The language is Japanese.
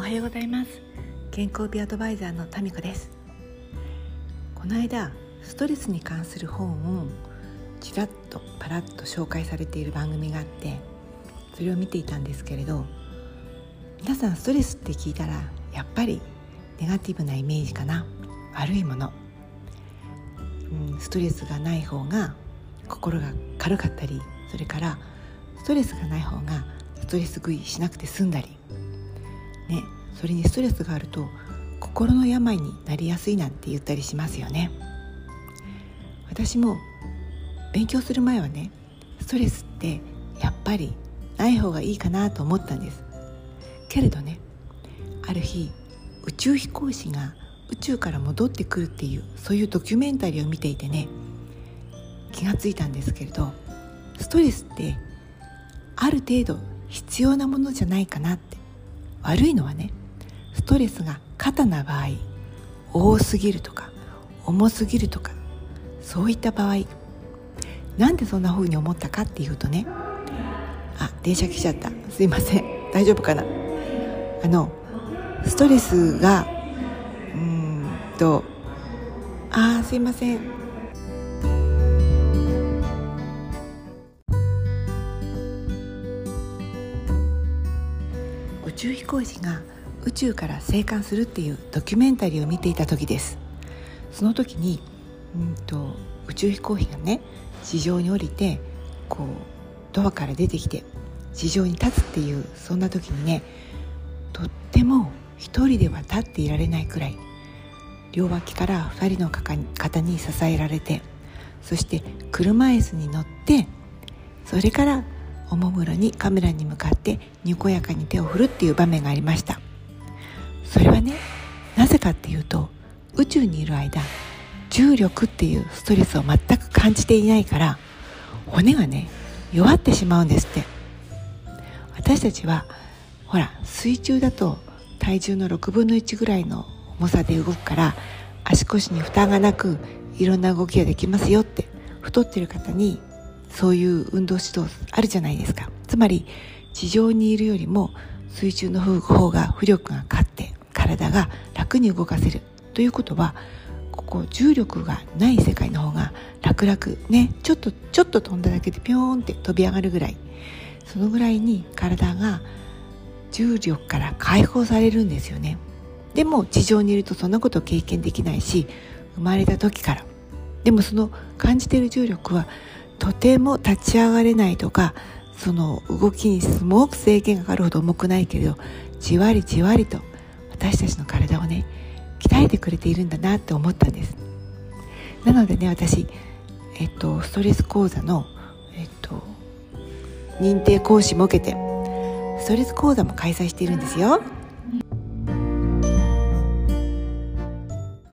はようございます。健康美アドバイザーのタミコです。この間ストレスに関する本をちらっとパラッと紹介されている番組があって、それを見ていたんですけれど、皆さんストレスって聞いたらやっぱりネガティブなイメージかな。悪いもの、ストレスがない方が心が軽かったり、それからストレスがない方がストレス食いしなくて済んだりね、それにストレスがあると心の病になりやすいなんて言ったりしますよね。私も勉強する前はね、ストレスってやっぱりない方がいいかなと思ったんですけれどね、ある日宇宙飛行士が宇宙から戻ってくるっていう、そういうドキュメンタリーを見ていてね、気がついたんですけれど、ストレスってある程度必要なものじゃないかなって。悪いのはね、ストレスが過多な場合、多すぎるとか重すぎるとか、そういった場合、なんでそんな風に思ったかっていうとね、電車来ちゃった、すいません、大丈夫かな。ストレスがすいません。宇宙飛行士が宇宙から生還するっていうドキュメンタリーを見ていた時です。その時に宇宙飛行士がね、地上に降りてドアから出てきて地上に立つっていう、そんな時にね、とっても一人では立っていられないくらい、両脇から2人の方に支えられて、そして車椅子に乗って、それからおもむろにカメラに向かってにこやかに手を振るっていう場面がありました。それはね、なぜかっていうと、宇宙にいる間重力っていうストレスを全く感じていないから、骨がね弱ってしまうんですって。私たちは水中だと体重の6分の1ぐらいの重さで動くから、足腰に負担がなくいろんな動きができますよって、太ってる方にそういう運動指導あるじゃないですか。つまり地上にいるよりも水中の方が浮力が勝って体が楽に動かせるということは、重力がない世界の方が楽々ね、ちょっと飛んだだけでピョーンって飛び上がるぐらい、そのぐらいに体が重力から解放されるんですよね。でも地上にいるとそんなことを経験できないし、生まれた時から。でもその感じている重力はとても立ち上がれないとか、その動きにすごく制限があるほど重くないけれど、じわりじわりと私たちの体をね鍛えてくれているんだなって思ったんです。なのでね、私ストレス講座の認定講師も受けて、ストレス講座も開催しているんですよ。